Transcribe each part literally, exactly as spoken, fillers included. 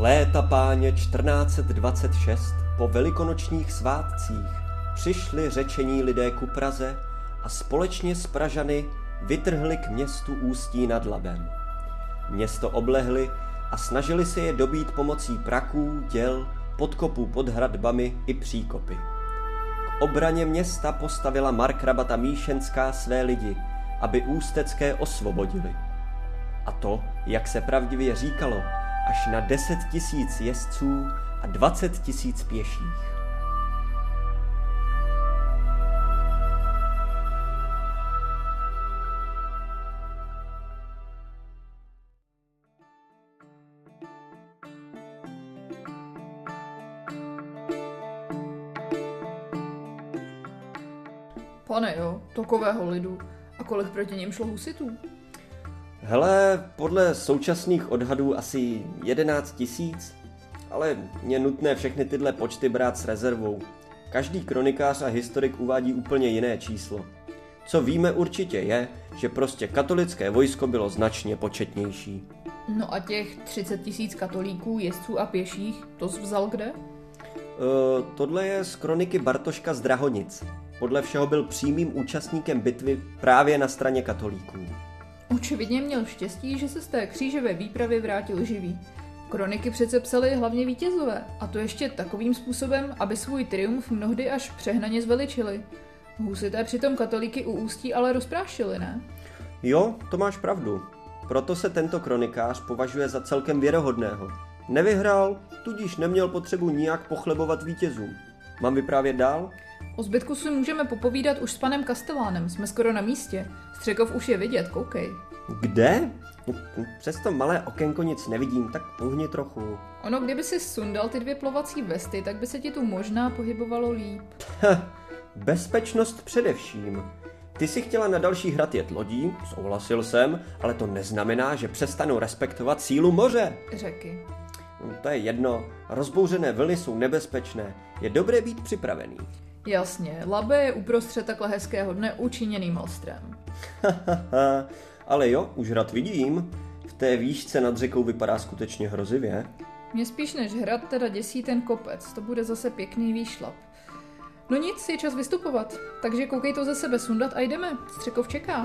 Léta páně čtrnáct set dvacet šest po velikonočních svátcích přišli řečení lidé ku Praze a společně s Pražany vytrhli k městu Ústí nad Labem. Město oblehli a snažili se je dobít pomocí praků, děl, podkopů pod hradbami i příkopy. K obraně města postavila markrabata Míšenská své lidi, aby ústecké osvobodili. A to, jak se pravdivě říkalo, až na deset tisíc jezdců a dvacet tisíc pěších. Pane jo, takového lidu. A kolik proti nim šlo husitů? Hele, podle současných odhadů asi jedenáct tisíc, ale je nutné všechny tyhle počty brát s rezervou. Každý kronikář a historik uvádí úplně jiné číslo. Co víme určitě je, že prostě katolické vojsko bylo značně početnější. No a těch třicet tisíc katolíků, jezdců a pěších, to jsi vzal kde? E, tohle je z kroniky Bartoška z Drahonic. Podle všeho byl přímým účastníkem bitvy právě na straně katolíků. Očividně měl štěstí, že se z té křížové výpravy vrátil živý. Kroniky přece psaly hlavně vítězové, a to ještě takovým způsobem, aby svůj triumf mnohdy až přehnaně zveličili. Husité přitom katolíky u Ústí ale rozprášili, ne? Jo, to máš pravdu. Proto se tento kronikář považuje za celkem věrohodného. Nevyhrál, tudíž neměl potřebu nijak pochlebovat vítězům. Mám vyprávět dál? O zbytku si můžeme popovídat už s panem Kastelánem, jsme skoro na místě. Střekov už je vidět, koukej. Kde? Přes to malé okénko nic nevidím, tak uhni trochu. Ono, kdyby si sundal ty dvě plovací vesty, tak by se ti tu možná pohybovalo líp. Bezpečnost především. Ty si chtěla na další hrad jet lodí, souhlasil jsem, ale to neznamená, že přestanu respektovat sílu moře. Řeky. To je jedno, rozbouřené vlny jsou nebezpečné, je dobré být připravený. Jasně, Labe je uprostřed takhle hezkého dne učiněný malstrem. Ale jo, už hrad vidím. V té výšce nad řekou vypadá skutečně hrozivě. Mě spíš než hrad teda děsí ten kopec, to bude zase pěkný výšlap. No nic, je čas vystupovat, takže koukej to ze sebe sundat a jdeme, Střekov čeká.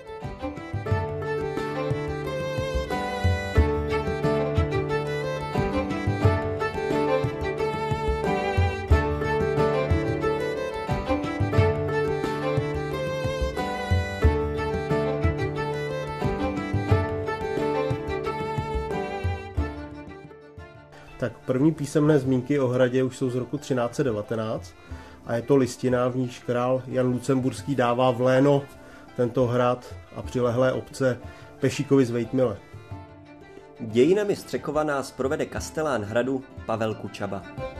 Tak první písemné zmínky o hradě už jsou z roku třináct set devatenáct a je to listina, v níž král Jan Lucemburský dává v léno tento hrad a přilehlé obce Pešíkovi z Vejtmile. Dějinami Střekova nás provede kastelán hradu Pavel Kučaba.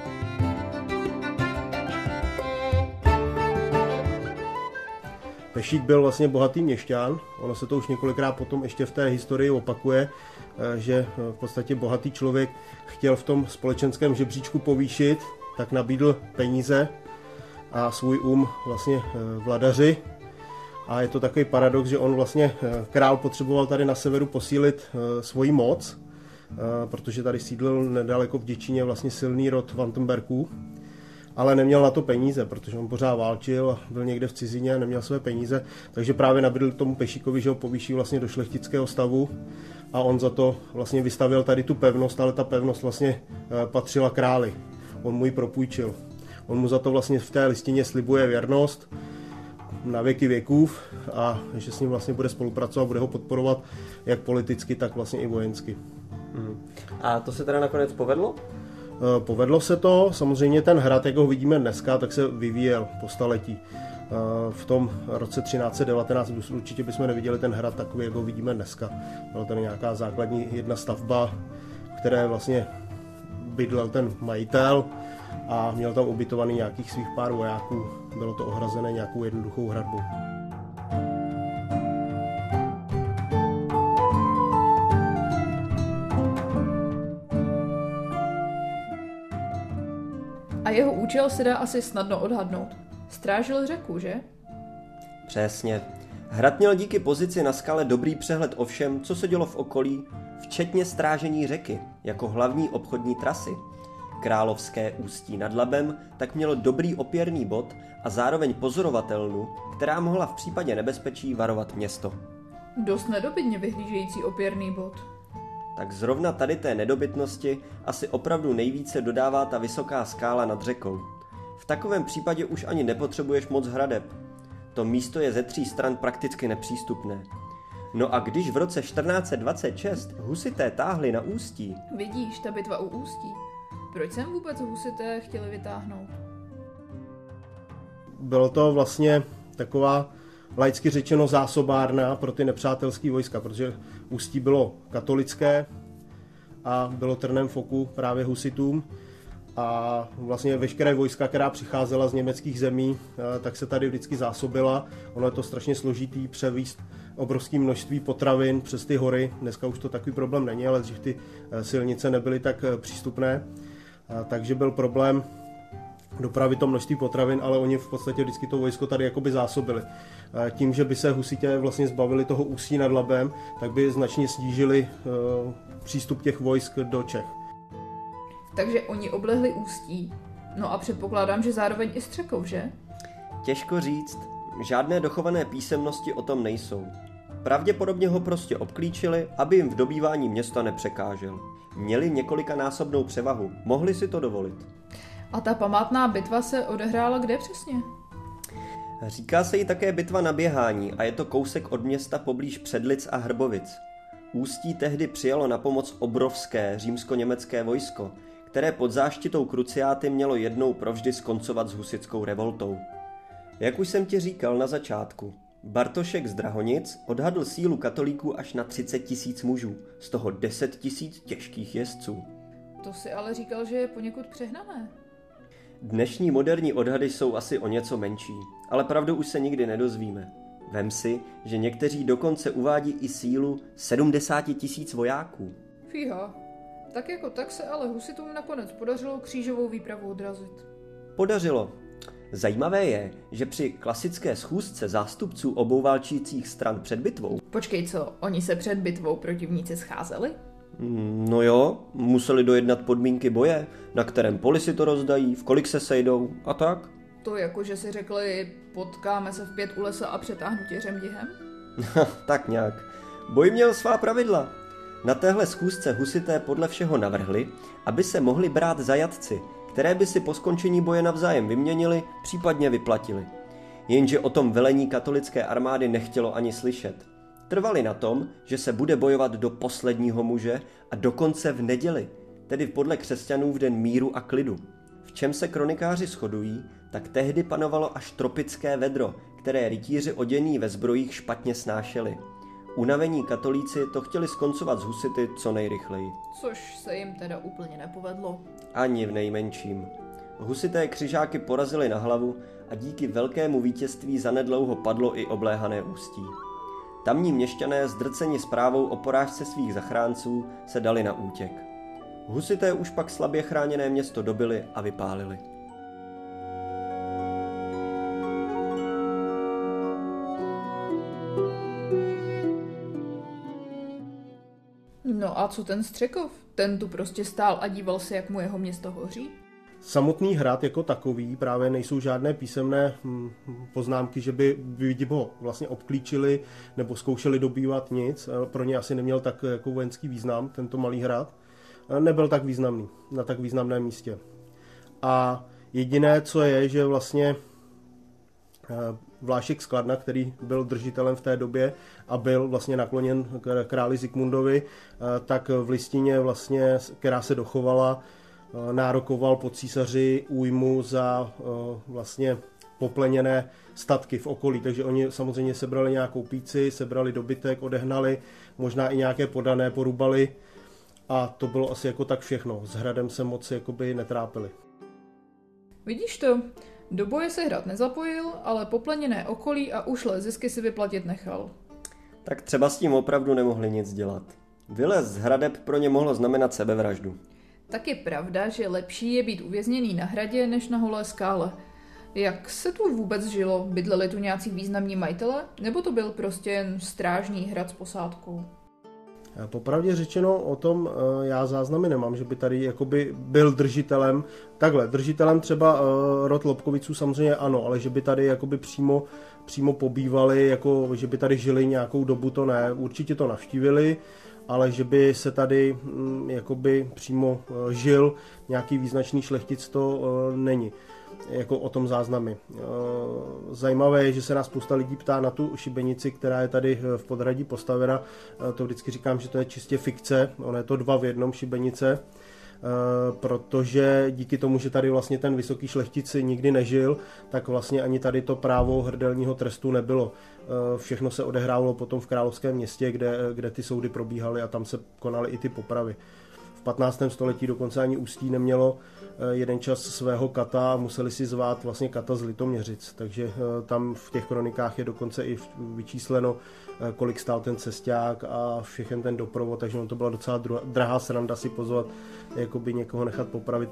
Pešík byl vlastně bohatý měšťan, ono se to už několikrát potom ještě v té historii opakuje, že v podstatě bohatý člověk chtěl v tom společenském žebříčku povýšit, tak nabídl peníze a svůj um vlastně vladaři. A je to takový paradox, že on vlastně, král potřeboval tady na severu posílit svoji moc, protože tady sídlil nedaleko v Děčíně vlastně silný rod Vantenberků, ale neměl na to peníze, protože on pořád válčil a byl někde v cizině a neměl své peníze, takže právě nabídl tomu Pešíkovi, že ho povýší vlastně do šlechtického stavu a on za to vlastně vystavěl tady tu pevnost, ale ta pevnost vlastně patřila králi. On mu ji propůjčil. On mu za to vlastně v té listině slibuje věrnost na věky věkův a že s ním vlastně bude spolupracovat, bude ho podporovat jak politicky, tak vlastně i vojensky. Hmm. A to se teda nakonec povedlo? Povedlo se to, samozřejmě ten hrad, jak ho vidíme dneska, tak se vyvíjel po staletí. V tom roce třináct set devatenáct určitě bychom neviděli ten hrad takový, jak ho vidíme dneska. Byla tady nějaká základní jedna stavba, které vlastně bydlel ten majitel a měl tam ubytovaný nějakých svých pár vojáků. Bylo to ohrazené nějakou jednoduchou hradbou. A jeho účel se dá asi snadno odhadnout. Strážil řeku, že? Přesně. Hrad měl díky pozici na skale dobrý přehled o všem, co se dělo v okolí, včetně strážení řeky, jako hlavní obchodní trasy. Královské Ústí nad Labem tak mělo dobrý opěrný bod a zároveň pozorovatelnu, která mohla v případě nebezpečí varovat město. Dost nedobytně vyhlížející opěrný bod. Tak zrovna tady té nedobytnosti asi opravdu nejvíce dodává ta vysoká skála nad řekou. V takovém případě už ani nepotřebuješ moc hradeb. To místo je ze tří stran prakticky nepřístupné. No a když v roce čtrnáct set dvacet šest husité táhli na Ústí... Vidíš, ta bitva u Ústí. Proč sem vůbec husité chtěli vytáhnout? Bylo to vlastně taková laicky řečeno zásobárna pro ty nepřátelské vojska, protože Ústí bylo katolické a bylo trnem v oku právě husitům. A vlastně veškeré vojska, která přicházela z německých zemí, tak se tady vždycky zásobila. Ono je to strašně složitý převíst obrovské množství potravin přes ty hory. Dneska už to takový problém není, ale dřív ty silnice nebyly tak přístupné. Takže byl problém dopravit to množství potravin, ale oni v podstatě vždycky to vojsko tady jakoby zásobili. Tím, že by se husitě vlastně zbavili toho Ústí nad Labem, tak by značně snížili přístup těch vojsk do Čech. Takže oni oblehli Ústí. No a předpokládám, že zároveň i Střekov, že? Těžko říct. Žádné dochované písemnosti o tom nejsou. Pravděpodobně ho prostě obklíčili, aby jim v dobývání města nepřekážel. Měli několikanásobnou převahu, mohli si to dovolit. A ta památná bitva se odehrála kde přesně? Říká se jí také bitva na Běhání a je to kousek od města poblíž Předlic a Hrbovic. Ústí tehdy přijalo na pomoc obrovské římsko-německé vojsko, které pod záštitou kruciáty mělo jednou provždy skoncovat s husitskou revoltou. Jak už jsem ti říkal na začátku, Bartošek z Drahonic odhadl sílu katolíků až na třicet tisíc mužů, z toho deset tisíc těžkých jezdců. To si ale říkal, že je poněkud přehnané. Dnešní moderní odhady jsou asi o něco menší, ale pravdu už se nikdy nedozvíme. Vem si, že někteří dokonce uvádí i sílu sedmdesát tisíc vojáků. Fíha, tak jako tak se ale husitům nakonec podařilo křížovou výpravu odrazit. Podařilo. Zajímavé je, že při klasické schůzce zástupců obou válčících stran před bitvou... Počkej, co? Oni se před bitvou protivníci scházeli? No jo, museli dojednat podmínky boje, na kterém poli si to rozdají, v kolik se sejdou a tak. To jako, že si řekli, potkáme se v pět u lesa a přetáhnu tě řemdihem? Tak nějak. Boj měl svá pravidla. Na téhle schůzce husité podle všeho navrhli, aby se mohli brát zajatci, které by si po skončení boje navzájem vyměnili, případně vyplatili. Jenže o tom velení katolické armády nechtělo ani slyšet. Trvali na tom, že se bude bojovat do posledního muže a dokonce v neděli, tedy podle křesťanů v den míru a klidu. V čem se kronikáři shodují, tak tehdy panovalo až tropické vedro, které rytíři odění ve zbrojích špatně snášeli. Unavení katolíci to chtěli skoncovat s husity co nejrychleji. Což se jim teda úplně nepovedlo. Ani v nejmenším. Husité křižáky porazili na hlavu a díky velkému vítězství zanedlouho padlo i obléhané Ústí. Tamní měšťané zdrceni zprávou o porážce svých zachránců se dali na útěk. Husité už pak slabě chráněné město dobili a vypálili. No a co ten Střekov? Ten tu prostě stál a díval se, jak mu jeho město hoří? Samotný hrad jako takový, právě nejsou žádné písemné poznámky, že by lidi ho vlastně obklíčili nebo zkoušeli dobývat nic. Pro ně asi neměl tak jako vojenský význam tento malý hrad. Nebyl tak významný na tak významném místě. A jediné, co je, že vlastně Vlášek z Kladna, který byl držitelem v té době a byl vlastně nakloněn k králi Zikmundovi, tak v listině, vlastně, která se dochovala, nárokoval po císaři újmu za vlastně popleněné statky v okolí. Takže oni samozřejmě sebrali nějakou píci, sebrali dobytek, odehnali, možná i nějaké podané porubali a to bylo asi jako tak všechno. S hradem se moc jakoby netrápili. Vidíš to? Do boje se hrad nezapojil, ale popleněné okolí a ušlé zisky si vyplatit nechal. Tak třeba s tím opravdu nemohli nic dělat. Vylez z hradeb pro ně mohlo znamenat sebevraždu. Tak je pravda, že lepší je být uvězněný na hradě než na holé skále. Jak se tu vůbec žilo? Bydleli tu nějací významní majitele? Nebo to byl prostě jen strážný hrad s posádkou? Popravdě řečeno o tom já záznamy nemám, že by tady jakoby byl držitelem, takhle, držitelem třeba rod Lobkoviců samozřejmě ano, ale že by tady jakoby přímo, přímo pobývali, jako, že by tady žili nějakou dobu, to ne, určitě to navštívili, ale že by se tady jakoby přímo žil nějaký význačný šlechtic, to není. Jako o tom záznamy. Zajímavé je, že se nás spousta lidí ptá na tu šibenici, která je tady v podhradí postavena. To vždycky říkám, že to je čistě fikce, ono je to dva v jednom šibenice, protože díky tomu, že tady vlastně ten vysoký šlechtic nikdy nežil, tak vlastně ani tady to právo hrdelního trestu nebylo. Všechno se odehrávalo potom v Královském Městě, kde, kde ty soudy probíhaly a tam se konaly i ty popravy. V patnáctém století dokonce ani Ústí nemělo jeden čas svého kata a museli si zvát vlastně kata z Litoměřic. Takže tam v těch kronikách je dokonce i vyčísleno, kolik stál ten cesták a všechen ten doprovod, takže on to byla docela drahá sranda si pozvat, jakoby někoho nechat popravit.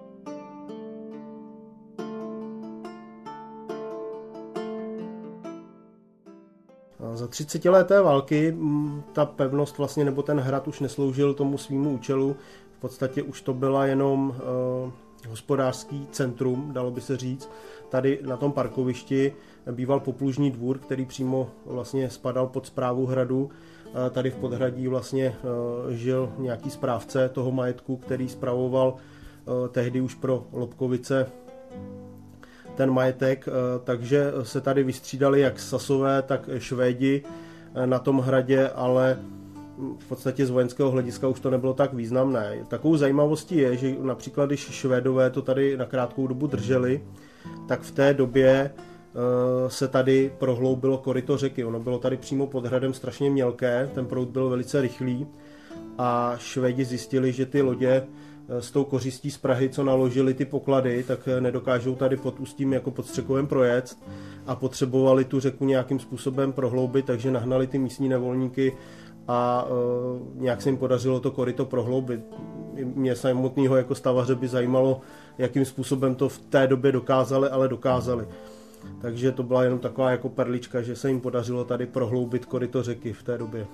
Za třicetileté války ta pevnost vlastně, nebo ten hrad už nesloužil tomu svýmu účelu. V podstatě už to byla jenom uh, hospodářský centrum, dalo by se říct. Tady na tom parkovišti býval poplužní dvůr, který přímo vlastně spadal pod správu hradu. Uh, tady v podhradí vlastně uh, žil nějaký správce toho majetku, který spravoval uh, tehdy už pro Lobkovice ten majetek, uh, takže se tady vystřídali jak Sasové, tak Švédi uh, na tom hradě, ale v podstatě z vojenského hlediska už to nebylo tak významné. Takovou zajímavostí je, že například když Švédové to tady na krátkou dobu drželi, tak v té době se tady prohloubilo koryto řeky. Ono bylo tady přímo pod hradem strašně mělké, ten proud byl velice rychlý a Švédi zjistili, že ty lodě s tou kořistí z Prahy, co naložili ty poklady, tak nedokážou tady pod Ústím jako pod Střekovem projet a potřebovali tu řeku nějakým způsobem prohloubit, takže nahnali ty místní nevolníky a uh, nějak se jim podařilo to koryto prohloubit. Mě samotného jako stavaře by zajímalo, jakým způsobem to v té době dokázali, ale dokázali. Takže to byla jenom taková jako perlička, že se jim podařilo tady prohloubit koryto řeky v té době.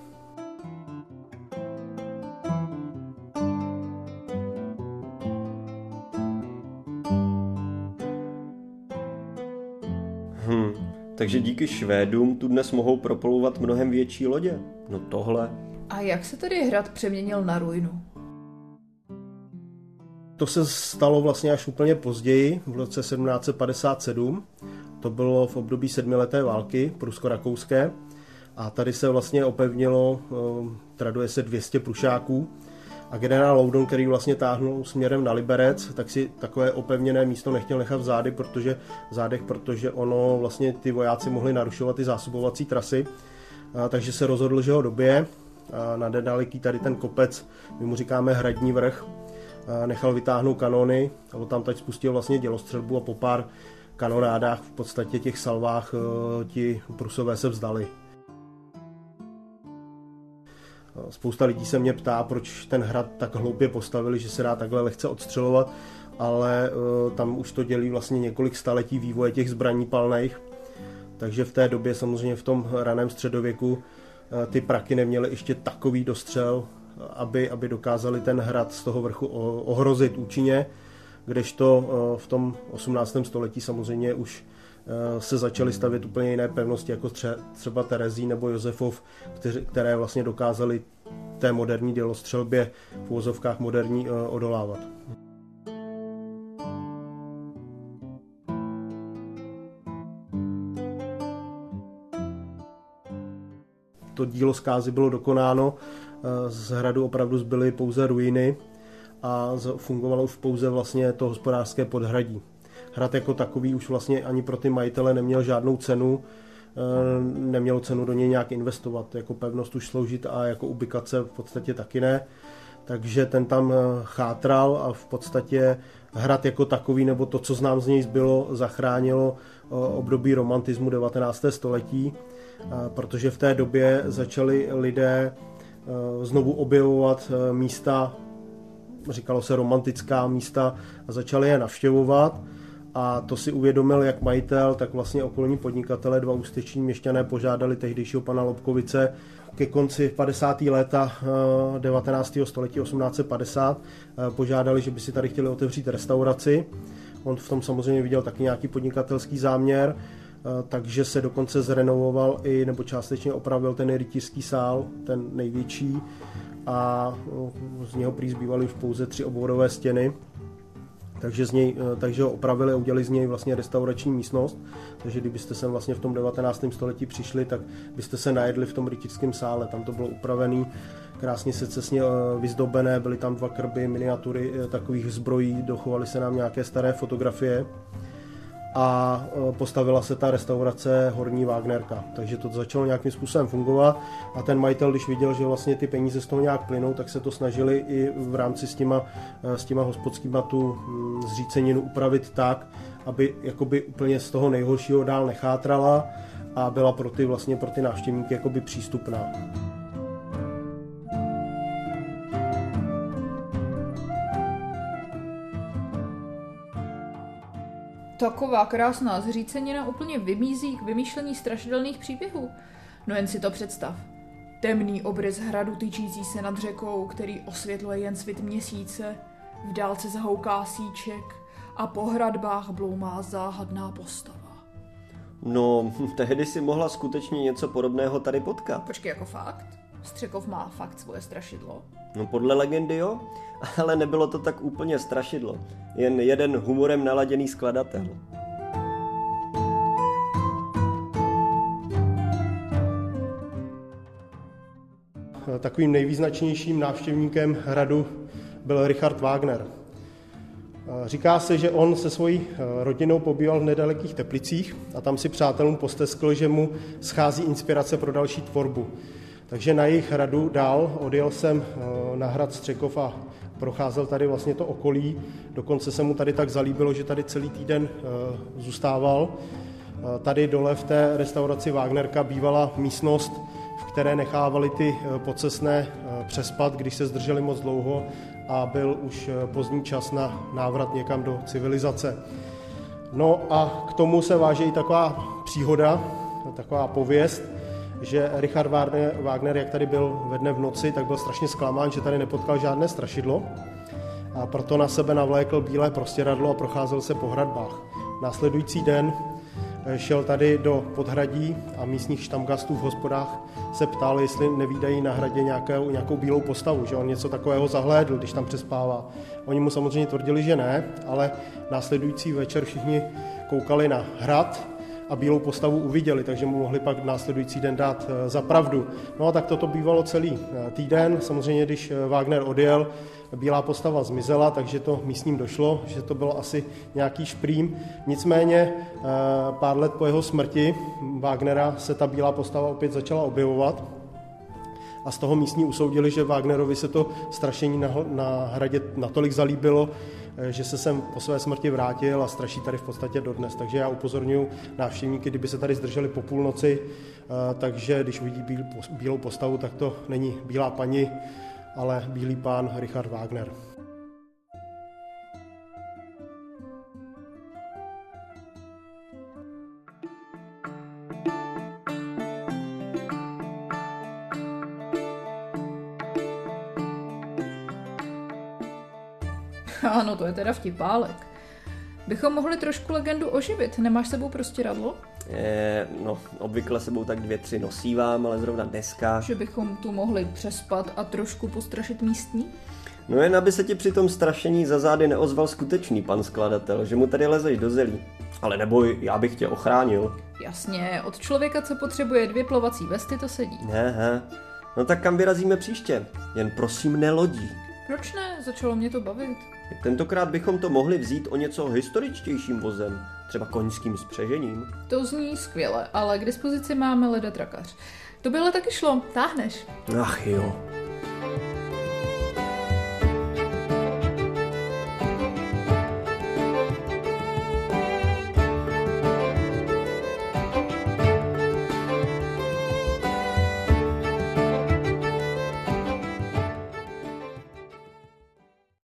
Hmm. Takže díky Švédům tu dnes mohou proplouvat mnohem větší lodě. No tohle. A jak se tedy hrad přeměnil na ruinu? To se stalo vlastně až úplně později, v roce sedmnáct set padesát sedm. To bylo v období sedmileté války prusko-rakouské. A tady se vlastně opevnilo, traduje se dvě stě prušáků. A generál Loudon, který vlastně táhnul směrem na Liberec, tak si takové opevněné místo nechtěl nechat v zády, protože, v zádech, protože ono vlastně ty vojáci mohli narušovat ty zásobovací trasy. A, takže se rozhodl, že ho dobije. A na nedaleký tady ten kopec, my mu říkáme Hradní vrch, a nechal vytáhnout kanony a tam teď spustil vlastně dělostřelbu a po pár kanonádách v podstatě těch salvách ti Prusové se vzdali. Spousta lidí se mě ptá, proč ten hrad tak hloupě postavili, že se dá takhle lehce odstřelovat, ale tam už to dělí vlastně několik staletí vývoje těch zbraní palných. Takže v té době samozřejmě v tom raném středověku ty praky neměly ještě takový dostřel, aby, aby dokázali ten hrad z toho vrchu ohrozit účinně, kdežto v tom osmnáctém století samozřejmě už se začaly stavět úplně jiné pevnosti, jako třeba Terezín nebo Josefov, které vlastně dokázaly té moderní dělostřelbě v uvozovkách moderní odolávat. To dílo zkázy bylo dokonáno, z hradu opravdu zbyly pouze ruiny a fungovalo už pouze vlastně to hospodářské podhradí. Hrad jako takový už vlastně ani pro ty majitele neměl žádnou cenu, nemělo cenu do něj nějak investovat, jako pevnost už sloužit a jako ubikace v podstatě taky ne. Takže ten tam chátral a v podstatě hrad jako takový, nebo to, co z nám z něj zbylo, zachránilo období romantismu devatenáctého století, protože v té době začali lidé znovu objevovat místa, říkalo se romantická místa, a začali je navštěvovat. A to si uvědomil jak majitel, tak vlastně okolní podnikatelé, dva ústeční měšťané požádali tehdejšího pana Lobkovice ke konci padesátých léta devatenáctého století osmnáct set padesát požádali, že by si tady chtěli otevřít restauraci. On v tom samozřejmě viděl taky nějaký podnikatelský záměr, takže se dokonce zrenovoval i nebo částečně opravil ten rytířský sál, ten největší, a z něho prý zbývaly už pouze tři obvodové stěny. Takže, z něj, takže ho opravili a udělali z něj vlastně restaurační místnost. Takže kdybyste sem vlastně v tom devatenáctém století přišli, tak byste se najedli v tom rytířském sále. Tam to bylo upravené, krásně secesně vyzdobené, byly tam dva krby, miniatury takových zbrojí, dochovaly se nám nějaké staré fotografie. A postavila se ta restaurace Horní Wagnerka. Takže to začalo nějakým způsobem fungovat a ten majitel, když viděl, že vlastně ty peníze z toho nějak plynou, tak se to snažili i v rámci s těma, s těma hospodskýma tu zříceninu upravit tak, aby jakoby úplně z toho nejhoršího dál nechátrala a byla pro ty, vlastně pro ty návštěvníky jakoby přístupná. Taková krásná zřícenina úplně vymízí k vymýšlení strašidelných příběhů. No jen si to představ. Temný obrys hradu tyčící se nad řekou, který osvětluje jen svit měsíce, v dálce zahouká síček a po hradbách bloumá záhadná postava. No, tehdy si mohla skutečně něco podobného tady potkat. Počkej, jako fakt? Střekov má fakt svoje strašidlo? No podle legendy jo, ale nebylo to tak úplně strašidlo. Jen jeden humorem naladěný skladatel. Takovým nejvýznačnějším návštěvníkem hradu byl Richard Wagner. Říká se, že on se svojí rodinou pobýval v nedalekých Teplicích a tam si přátelům posteskl, že mu schází inspirace pro další tvorbu. Takže na jejich hradu dál odjel jsem na hrad Střekov a procházel tady vlastně to okolí. Dokonce se mu tady tak zalíbilo, že tady celý týden zůstával. Tady dole v té restauraci Wagnerka bývala místnost, v které nechávali ty pocestné přespat, když se zdrželi moc dlouho a byl už pozdní čas na návrat někam do civilizace. No a k tomu se váže i taková příhoda, taková pověst, že Richard Wagner, jak tady byl ve dne v noci, tak byl strašně zklamán, že tady nepotkal žádné strašidlo a proto na sebe navlékl bílé prostěradlo a procházel se po hradbách. Následující den šel tady do podhradí a místních štamgastů v hospodách se ptal, jestli nevídají na hradě nějakou, nějakou bílou postavu, že on něco takového zahlédl, když tam přespává. Oni mu samozřejmě tvrdili, že ne, ale následující večer všichni koukali na hrad a bílou postavu uviděli, takže mu mohli pak následující den dát za pravdu. No a tak toto bývalo celý týden. Samozřejmě, když Wagner odjel, bílá postava zmizela, takže to místním došlo, že to bylo asi nějaký šprým. Nicméně pár let po jeho smrti Wagnera se ta bílá postava opět začala objevovat a z toho místní usoudili, že Wagnerovi se to strašení na, na hradě natolik zalíbilo, že se sem po své smrti vrátil a straší tady v podstatě dodnes. Takže já upozorňuji návštěvníky, kdyby se tady zdrželi po půlnoci, takže když uvidí bíl, bílou postavu, tak to není bílá paní, ale bílý pán Richard Wagner. Ano, to je teda vtipálek. Bychom mohli trošku legendu oživit. Nemáš sebou prostěradlo? Je, no, obvykle sebou tak dvě, tři nosívám, ale zrovna dneska. Že bychom tu mohli přespat a trošku postrašit místní? No jen aby se ti při tom strašení za zády neozval skutečný pan skladatel, že mu tady lezeš do zelí. Ale neboj, já bych tě ochránil. Jasně, od člověka, co potřebuje dvě plovací vesty, to sedí. Ne, he. No tak kam vyrazíme příště? Jen prosím nelodí. Proč ne? Začalo mě to bavit. Tentokrát bychom to mohli vzít o něco historičtějším vozem, třeba koňským spřežením. To zní skvěle, ale k dispozici máme ledatrakař. To by ale taky šlo, táhneš. Ach jo.